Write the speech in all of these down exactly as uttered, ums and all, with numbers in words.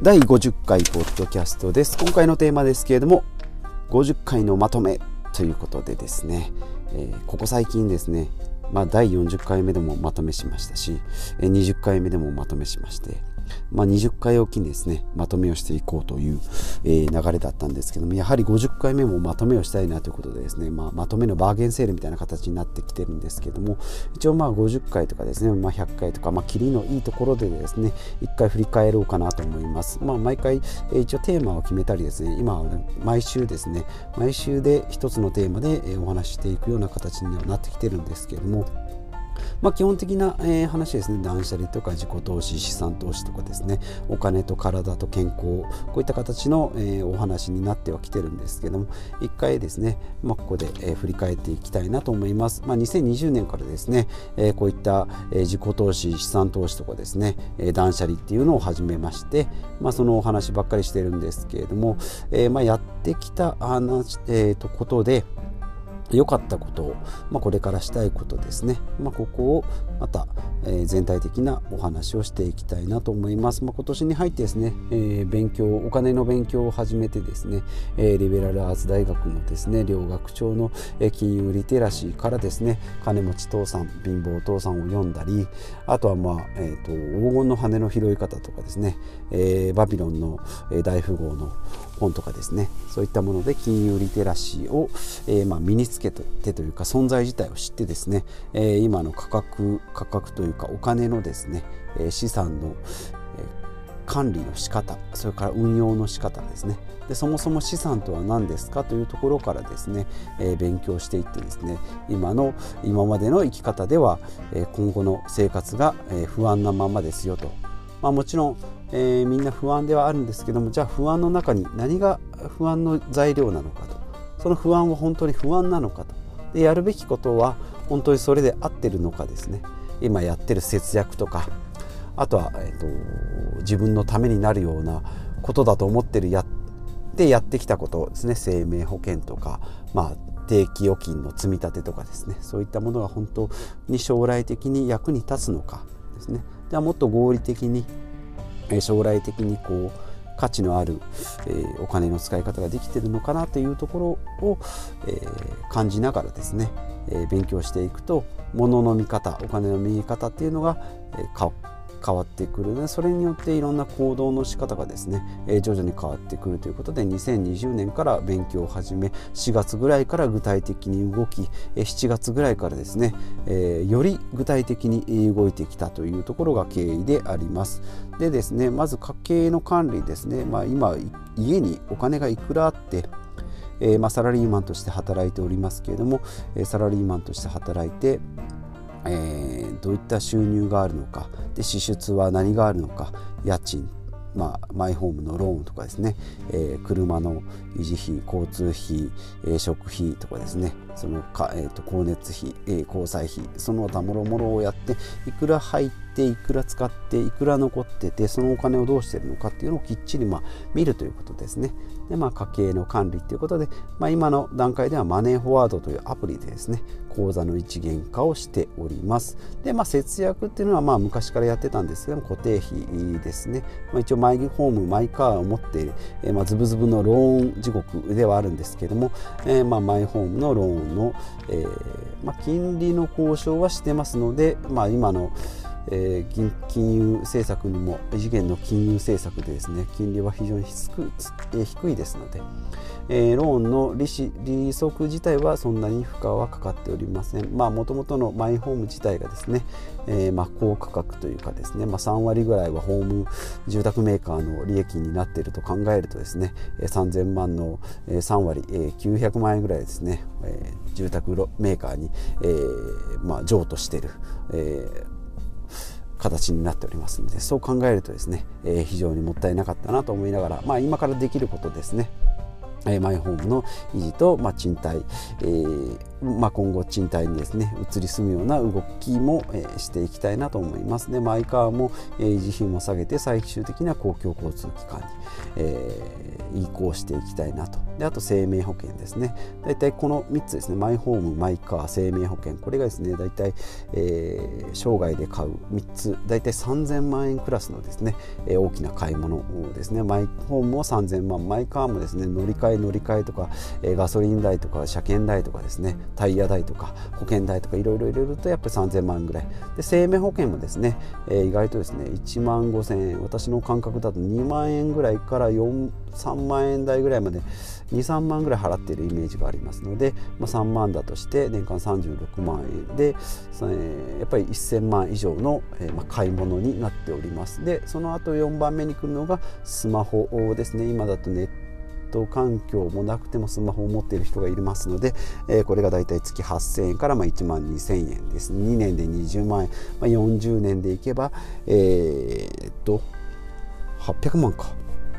だいごじゅっかいポッドキャストです。今回のテーマですけれども、ごじゅっかいのまとめということでですね、えー、ここ最近ですね、まあ、だいよんじゅっかいめでもまとめしましたし、にじゅっかいめでもまとめしまして、まあ、にじゅっかいおきにですねまとめをしていこうという、えー、流れだったんですけども、やはりごじゅっかいめもまとめをしたいなということでですね、まあ、まとめのバーゲンセールみたいな形になってきてるんですけども、一応まあごじゅっかいとかですね、まあ、ひゃっかいとか、まあ、キリのいいところでですねいっかい振り返ろうかなと思います。まあ、毎回、えー、一応テーマを決めたりですね、今は、ね、毎週ですね毎週で一つのテーマで、えー、お話ししていくような形にはなってきてるんですけれども、まあ、基本的な、えー、話ですね、断捨離とか自己投資、資産投資とかですね、お金と体と健康、こういった形の、えー、お話になってはきてるんですけども、一回ですね、まあ、ここで、えー、振り返っていきたいなと思います。まあ、にせんにじゅうねんからですね、えー、こういった、えー、自己投資、資産投資とかですね、えー、断捨離っていうのを始めまして、まあ、そのお話ばっかりしてるんですけれども、えーまあ、やってきた話、えー、とことで良かったことを、まあ、これからしたいことですね、まあ、ここをまた、えー、全体的なお話をしていきたいなと思います。まあ、今年に入ってですね、えー、勉強お金の勉強を始めてですね、えー、リベラルアーツ大学のですね両学長の、えー、金融リテラシーからですね、金持ち父さん貧乏父さんを読んだり、あとは、まあえー、と黄金の羽の拾い方とかですね、えー、バビロンの、えー、大富豪の本とかですね、そういったもので金融リテラシーを、えーまあ、身につけてというか存在自体を知ってですね、えー、今の価格価格というかお金のですね、えー、資産の、えー、管理の仕方、それから運用の仕方ですね、でそもそも資産とは何ですかというところからですね、えー、勉強していってですね、今の今までの生き方では、えー、今後の生活が、えー、不安なままですよと、まあ、もちろんえー、みんな不安ではあるんですけども、じゃあ不安の中に何が不安の材料なのかと、その不安は本当に不安なのかと、でやるべきことは本当にそれで合ってるのかですね、今やってる節約とか、あとは、えー、と自分のためになるようなことだと思ってるやってやってきたことですね、生命保険とか、まあ定期預金の積み立てとかですね、そういったものが本当に将来的に役に立つのかですね、ではもっと合理的に将来的にこう価値のある、えー、お金の使い方ができているのかなというところを、えー、感じながらですね、えー、勉強していくと、物の見方、お金の見え方っていうのが、えー、か変わってくるので、それによっていろんな行動の仕方がですね、えー、徐々に変わってくるということで、にせんにじゅうねんから勉強を始め、しがつぐらいから具体的に動き、えー、しちがつぐらいからですね、えー、より具体的に動いてきたというところが経緯であります。でですね、まず家計の管理ですね、まあ、今家にお金がいくらあって、えーまあ、サラリーマンとして働いておりますけれども、えー、サラリーマンとして働いてえー、どういった収入があるのか、で支出は何があるのか、家賃、まあ、マイホームのローンとかですね、えー、車の維持費、交通費、えー、食費とかですね、そのか、えー、と光熱費、えー、交際費、その他もろもろをやって、いくら入っていくら使っていくら残ってて、そのお金をどうしているのかっていうのをきっちり、まあ、見るということですね。で、まあ、家計の管理ということで、まあ、今の段階ではマネーフォワードというアプリでですね、口座の一元化をしております。で、まあ、節約っていうのはまあ昔からやってたんですけども、固定費ですね、まあ、一応マイホームマイカーを持っている、えー、まあズブズブのローン地獄ではあるんですけども、えー、まあマイホームのローンの、えーまあ、金利の交渉はしてますので、まあ、今のえー、金融政策にも異次元の金融政策でですね、金利は非常に低く、えー、低いですので、えー、ローンの利子利息自体はそんなに負荷はかかっておりません。まあもともとのマイホーム自体がですね、えー、まあ高価格というかですね、まあ、さんわりぐらいはホーム住宅メーカーの利益になっていると考えるとですね、さんぜんまんのさんわり、えー、きゅうひゃくまんえんぐらいですね、えー、住宅メーカーに、えーまあ、譲渡している、えー形になっておりますので、そう考えるとですね、えー、非常にもったいなかったなと思いながら、まあ、今からできることですね、えー、マイホームの維持と、まあ、賃貸、えー、 まあ、今後賃貸にですね移り住むような動きも、えー、していきたいなと思います。でマイカーも、えー、維持費も下げて最終的には公共交通機関に、えー、移行していきたいなと。であと生命保険ですね。だいたいこのみっつですね、マイホーム、マイカー、生命保険、これがですねだいたい、えー、生涯で買うみっつだいたいさんぜんまんえんクラスのですね、えー、大きな買い物ですね。マイホームもさんぜんまん、マイカーもですね乗り換え乗り換えとか、えー、ガソリン代とか車検代とかですね、タイヤ代とか保険代とかいろいろ入れるとやっぱりさんぜんまんぐらいで、生命保険もですね、えー、意外とですねいちまんごせんえん、私の感覚だとにまんえんぐらいからよん、さんまんえん台ぐらいまでに、さんまんぐらい払っているイメージがありますので、まあ、さんまんだとして年間さんじゅうろくまんえんで、えー、やっぱりせんまん以上の、えーまあ、買い物になっております。でその後よんばんめに来るのがスマホですね。今だとネット環境もなくてもスマホを持っている人がいますので、えー、これがだいたい月はっせんえんからまあいちまんにせんえんです。にねんでにじゅうまんえん、まあ、よんじゅうねんでいけばえー、っとはっぴゃくまんか。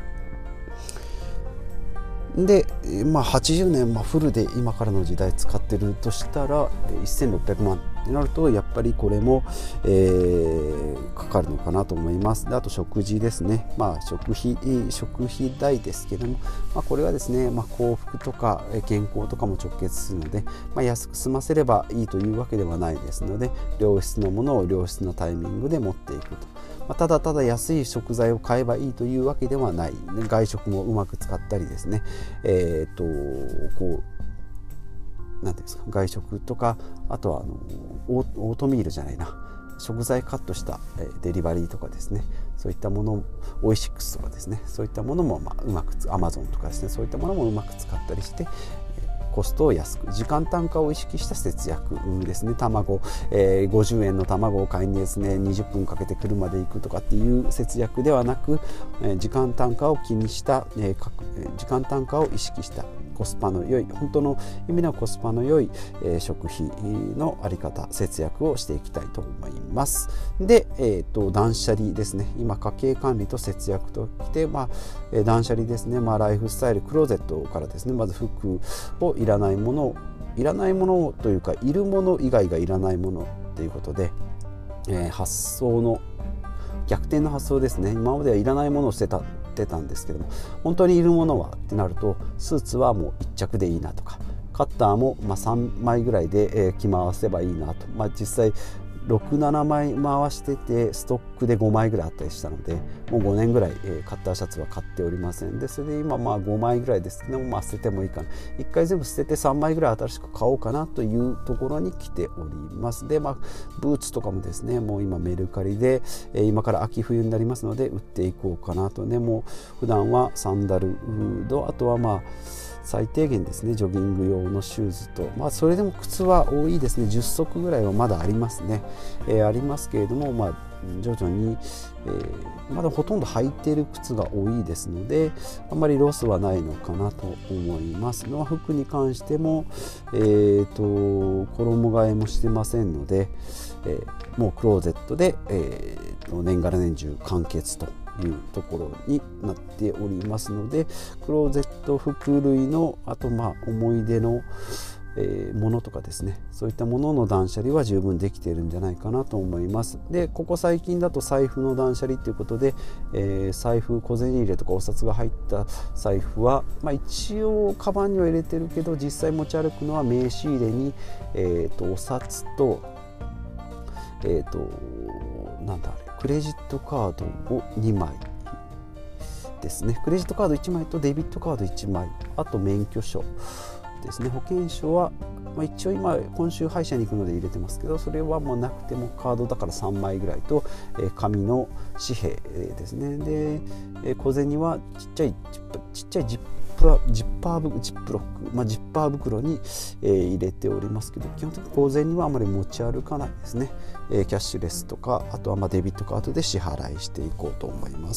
で、まあ、はちじゅうねん、まあ、フルで今からの時代使ってるとしたらせんろっぴゃくまんってなるとやっぱりこれも、えー、かかるのかなと思います。であと食事ですね、まあ、食費食費代ですけども、まあ、これはですね、まあ、幸福とか健康とかも直結するので、まあ、安く済ませればいいというわけではないですので、良質のものを良質なタイミングで持っていくと。まあ、ただただ安い食材を買えばいいというわけではない。外食もうまく使ったりですね、えー、っとこうなんていうんですか、外食とか、あとはあのオートミールじゃないな食材カットしたデリバリーとかですね、そういったもの、オイシックスとかですね、そういったものもまあうまくアマゾンとかですね、そういったものもうまく使ったりしてコストを安く、時間単価を意識した節約ですね。卵、えー、ごじゅうえんの卵を買いにですねにじゅっぷんかけて車で行くとかっていう節約ではなく、えー、時間単価を気にした、えー、時間単価を意識したコスパの良い、本当の意味のコスパの良い、えー、食費のあり方、節約をしていきたいと思います。で、えー、と断捨離ですね。今家計管理と節約ときて、まあえー、断捨離ですね。まあ、ライフスタイル、クローゼットからですね、まず服をいらないものをいらないものというか、いるもの以外がいらないものということで、えー、発想の逆転の発想ですね。今まではいらないものを捨てたってたんですけども、本当にいるものはってなると、スーツはもういっちゃくでいいなとか、カッターもまあさんまいぐらいで、えー、着回せばいいなと、まあ、実際ろく、ななまい回しててストックでごまいぐらいあったりしたので、もうごねんぐらい、えー、カッターシャツは買っておりません。でそれで今まあごまいぐらいですけども、まあ、捨ててもいいかな、いっかい全部捨ててさんまいぐらい新しく買おうかなというところに来ております。でまあブーツとかもですね、もう今メルカリで、えー、今から秋冬になりますので売っていこうかなとね。もう普段はサンダルと、あとはまあ最低限ですね、ジョギング用のシューズと、まあ、それでも靴は多いですね。じゅっそくぐらいはまだありますね、えー、ありますけれども、まあ、徐々に、えー、まだほとんど履いている靴が多いですので、あんまりロスはないのかなと思います。まあ、服に関しても、えーと、衣替えもしてませんので、えー、もうクローゼットで、えーと、年がら年中完結というところになっておりますので、クローゼット、服類の、あとまあ思い出の、えー、ものとかですね、そういったものの断捨離は十分できているんじゃないかなと思います。でここ最近だと財布の断捨離ということで、えー、財布、小銭入れとかお札が入った財布は、まあ、一応カバンには入れてるけど、実際持ち歩くのは名刺入れに、えー、とお札とえー、となんだあれクレジットカードをにまいですね。クレジットカードいちまいとデビットカードいちまい、あと免許証ですね。保険証は、まあ、一応今今週歯医者に行くので入れてますけど、それはもうなくてもカードだからさんまいぐらいと、えー、紙の紙幣ですね。で、えー、小銭はちっちゃいちっちゃいジップジッパージップロック、まあ、ジッパー袋に、えー、入れておりますけど、基本的に小銭はあまり持ち歩かないですね。えー、キャッシュレスとか、あとはまあデビットカードで支払いしていこうと思います。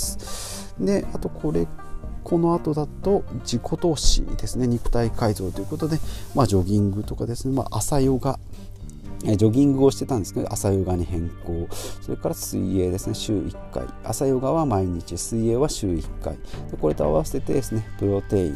であとこれこの後だと自己投資ですね。肉体改造ということで、まあ、ジョギングとかですね、まあ、朝ヨガ、ジョギングをしてたんですけど朝ヨガに変更、それから水泳ですね、週いっかい、朝ヨガは毎日、水泳は週いっかいで、これと合わせてですねプロテイン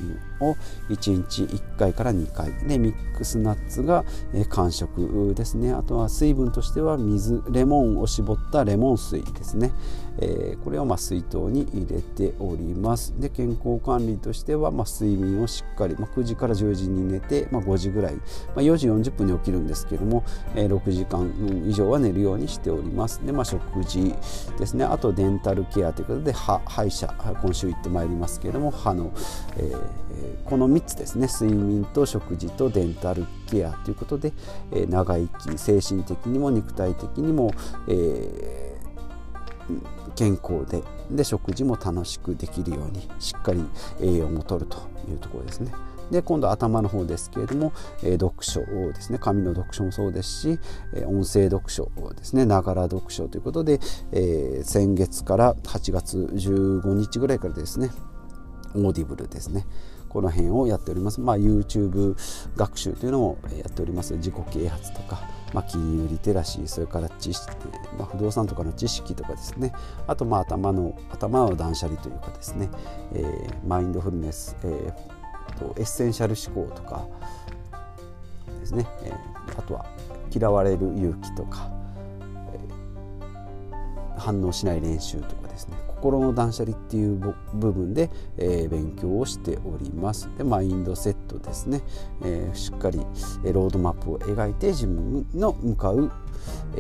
をいちにちいっかいからにかいで、ミックスナッツが間食ですね。あとは水分としては水、レモンを絞ったレモン水ですね、えー、これをまあ水筒に入れております。で、健康管理としてはまあ睡眠をしっかり、まあ、くじからじゅうじに寝て、まあ、ごじぐらい、まあ、よじよんじゅっぷんに起きるんですけども、えー、ろくじかん以上は寝るようにしております。で、まあ、食事ですね。あとデンタルケアということで歯、歯医者今週行ってまいりますけれども、歯の、えー、このみっつですね、睡眠と食事とデンタルケアということで、えー、長生き、精神的にも肉体的にも、えー健康で、で食事も楽しくできるようにしっかり栄養も取るというところですね。で、今度頭の方ですけれども、えー、読書ですね。紙の読書もそうですし、えー、音声読書ですね。ながら読書ということで、えー、先月からはちがつじゅうごにちぐらいからですね、オーディブルですね、この辺をやっております。まあ、YouTube 学習というのもやっております。自己啓発とか、まあ、金融リテラシー、それから知識、まあ、不動産とかの知識とかですね、あとまあ頭の頭の断捨離というかですね、えー、マインドフルネス、えー、とエッセンシャル思考とかですね、えー、あとは嫌われる勇気とか、えー、反応しない練習とかですね、心の断捨離っていう部分で、えー、勉強をしております。で、マインドセットですね、えー、しっかりロードマップを描いて自分の向かう、え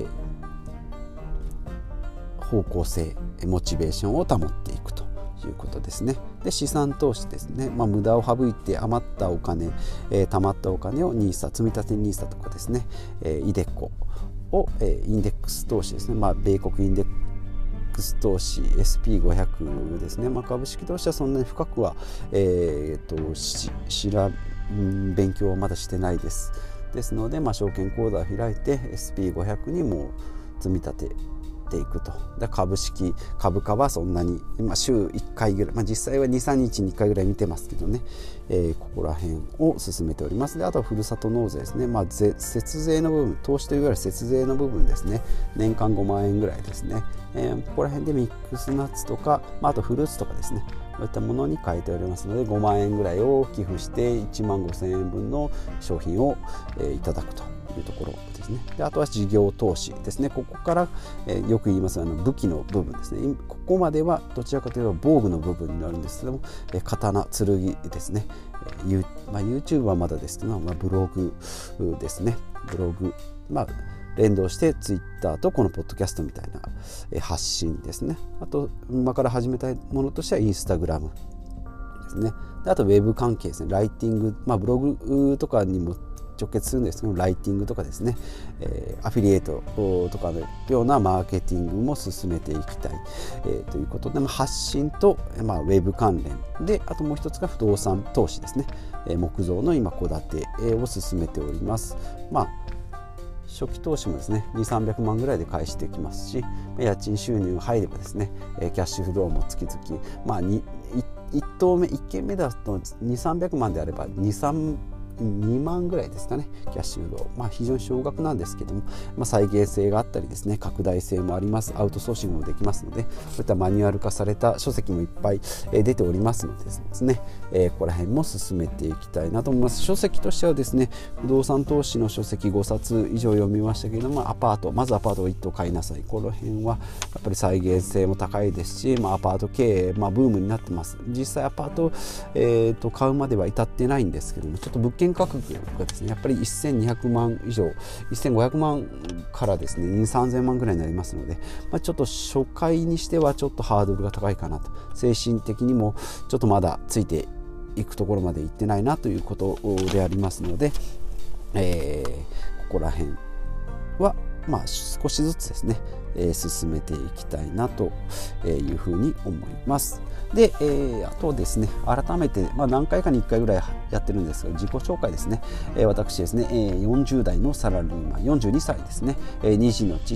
ー、方向性、モチベーションを保っていくということですね。で、資産投資ですね、まあ、無駄を省いて余ったお金、えー、貯まったお金をニーサ、積み立てニーサとかですね、えー、イデコを、えー、インデックス投資ですね、まあ、米国インデックス投資 エスピーごひゃく ですね、まあ、株式投資はそんなに深くは、えー、とししら勉強はまだしてないですですので、まあ、証券口座を開いて エスピーごひゃく にも積み立てていくと。で、株式株価はそんなに、まあ、週いっかいぐらい、まあ、実際は にさんにちにいっかいぐらい見てますけどね、えー、ここら辺を進めております。で、あとはふるさと納税ですね、まあ、節税の部分、投資といわゆる節税の部分ですね、年間ごまんえんぐらいですね、えー、ここら辺でミックスナッツとか、まあ、あとフルーツとかですね、こういったものに変えておりますので、ごまんえんぐらいを寄付していちまんごせんえんぶんの商品を、えー、いただくというところですね。で、あとは事業投資ですね。ここから、えー、よく言いますあの武器の部分ですね。ここまではどちらかというと防具の部分になるんですけども、えー、刀、剣ですね。えーまあ、YouTube はまだですけど、まあ、ブログですね。ブログ、まあ連動して Twitter とこのポッドキャストみたいな発信ですね。あと今から始めたいものとしては Instagram ですね。で、あとウェブ関係ですね。ライティング、まあ、ブログとかにも直結するんですけど、ライティングとかですね、えー、アフィリエイトとかのようなマーケティングも進めていきたい、えー、ということで、まあ、発信と、まあ、ウェブ関連で、あともう一つが不動産投資ですね、えー、木造の今戸建てを進めております。まあ初期投資もですねにせんさんびゃくまんぐらいで返してきますし、家賃収入が入ればですねキャッシュフローも月々、まあ、いち棟目いっけんめだとにせんさんびゃくまんであればにさんにまんぐらいですかね、キャッシュフロー、まあ、非常に少額なんですけども、まあ、再現性があったりですね、拡大性もあります。アウトソーシングもできますので、こういったマニュアル化された書籍もいっぱい出ておりますのでですね、えー、ここら辺も進めていきたいなと思います。書籍としてはですね、不動産投資の書籍ごさつ以上読みましたけれども、アパート、まずアパートをいっとう買いなさい、この辺はやっぱり再現性も高いですし、まあ、アパート経営、まあ、ブームになってます。実際アパート、えー、と買うまでは至ってないんですけども、ちょっと物件価格がですね、やっぱりせんにひゃくまん以上、せんごひゃくまんからですねにせんさんぜんまんぐらいになりますので、まあ、ちょっと初回にしてはちょっとハードルが高いかなと、精神的にもちょっとまだついていくところまでいってないなということでありますので、えー、ここら辺はまあ少しずつですね、えー、進めていきたいなというふうに思います。で、えー、あとですね、改めて、まあ、何回かにいっかいぐらいやってるんですが、自己紹介ですね、えー、私ですね、えー、よんじゅうだいのサラリーマン、よんじゅうにさいですね、えー、に児の父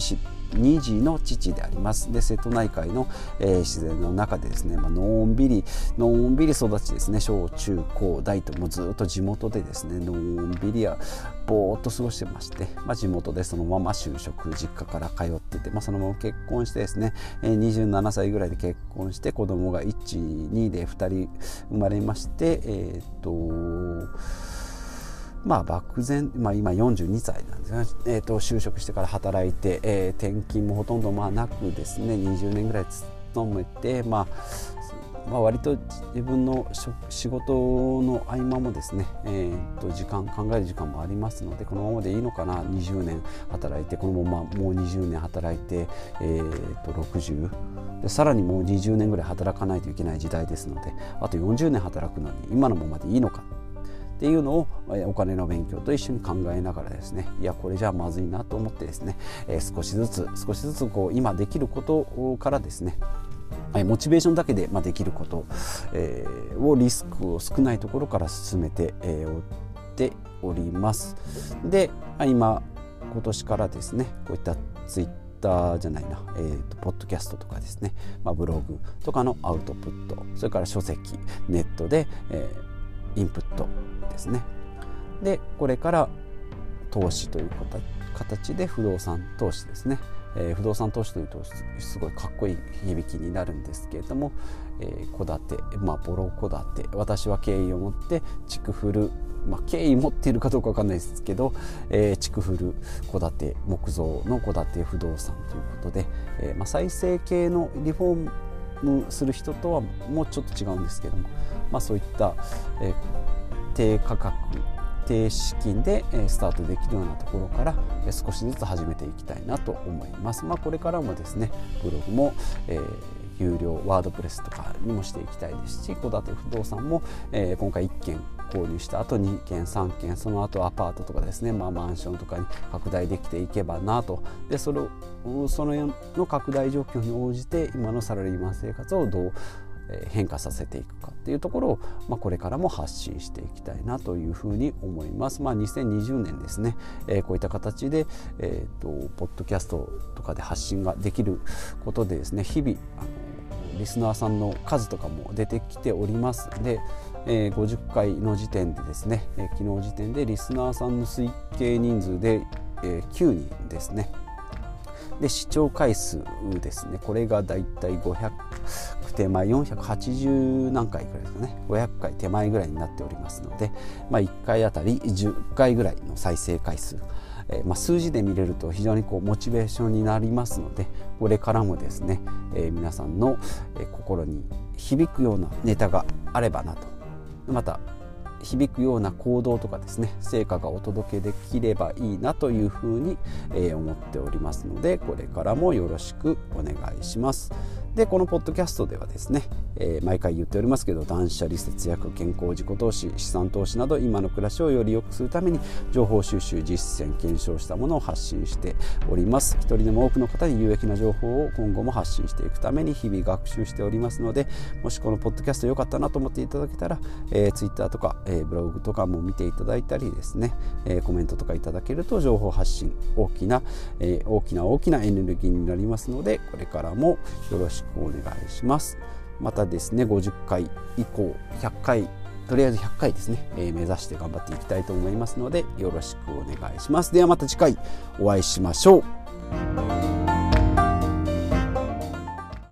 に児の父であります。で瀬戸内海の、えー、自然の中でですね、まあのんびりのんびり育ちですね、小中高大ともうずっと地元でですねのんびりやぼーっと過ごしてまして、まあ、地元でそのまま就職、実家から通ってて、まあ、そのまま結婚してですね、えー、にじゅうななさいぐらいで結婚して子供がいち、にでふたり生まれまして、えー、っとまあ漠然、まあ、今よんじゅうにさいなんですが、えー、と就職してから働いて、えー、転勤もほとんどまあなくですねにじゅうねんぐらい勤めて、まあ、まあ割と自分の仕事の合間もですね、えー、と時間考える時間もありますので、このままでいいのかな、にじゅうねん働いてこのままもうにじゅうねん働いて、えー、とろくじゅうでさらにもうにじゅうねんぐらい働かないといけない時代ですので、あとよんじゅうねん働くのに今のままでいいのかっていうのをお金の勉強と一緒に考えながらですね、いやこれじゃまずいなと思ってですね、えー、少しずつ少しずつこう今できることからですね、モチベーションだけでできること、えー、をリスクを少ないところから進めて、えー、おっております。で今今年からですねこういったツイッターじゃないな、えーと、ポッドキャストとかですね、まあ、ブログとかのアウトプット、それから書籍、ネットで、えー、インプットですね。でこれから投資という形で不動産投資ですね、えー、不動産投資というとすごいかっこいい響きになるんですけれども、えー、戸建て、まあ、ボロ戸建て、私は敬意を持って築古、まあ、敬意持っているかどうかわかんないですけど、えー、築古戸建て木造の戸建て不動産ということで、えーまあ、再生系のリフォームする人とはもうちょっと違うんですけども、まあ、そういった、えー、低価格低資金でスタートできるようなところから少しずつ始めていきたいなと思います。まあ、これからもですねブログも、えー、有料ワードプレスとかにもしていきたいですし、戸建て不動産も、えー、今回いっけん購入した後にけんさんけん、その後アパートとかですね、まあ、マンションとかに拡大できていけばなと。でそれをそのの拡大状況に応じて今のサラリーマン生活をどう変化させていくかっていうところを、まあ、これからも発信していきたいなというふうに思います。まあ、にせんにじゅうねんですね、えー、こういった形で、えーと、ポッドキャストとかで発信ができることでですね、日々あのリスナーさんの数とかも出てきておりますので、えー、ごじゅっかいの時点でですね、えー、昨日時点でリスナーさんの推計人数で、えー、きゅうにんですね。で視聴回数ですね、これがだいたいごひゃく手前よんひゃくはちじゅう何回ぐらいですかね、ごひゃっかい手前ぐらいになっておりますので、まあ、いっかいあたりじゅっかいぐらいの再生回数、えーまあ、数字で見れると非常にこうモチベーションになりますので、これからもですね、えー、皆さんの、えー、心に響くようなネタがあればなと、また響くような行動とかですね成果がお届けできればいいなというふうに、えー、思っておりますので、これからもよろしくお願いします。でこのポッドキャストではですね、えー、毎回言っておりますけど、断捨離、節約、健康、自己投資、資産投資など今の暮らしをより良くするために情報収集、実践、検証したものを発信しております。一人でも多くの方に有益な情報を今後も発信していくために日々学習しておりますので、もしこのポッドキャスト良かったなと思っていただけたら、えー、Twitter とか、えー、ブログとかも見ていただいたりですね、えー、コメントとかいただけると情報発信大きな、えー、大きな大きなエネルギーになりますので、これからもよろしくお願いします。またですねごじゅっかい以降ひゃっかい、とりあえずひゃっかいですね、えー、目指して頑張っていきたいと思いますのでよろしくお願いします。ではまた次回お会いしましょう。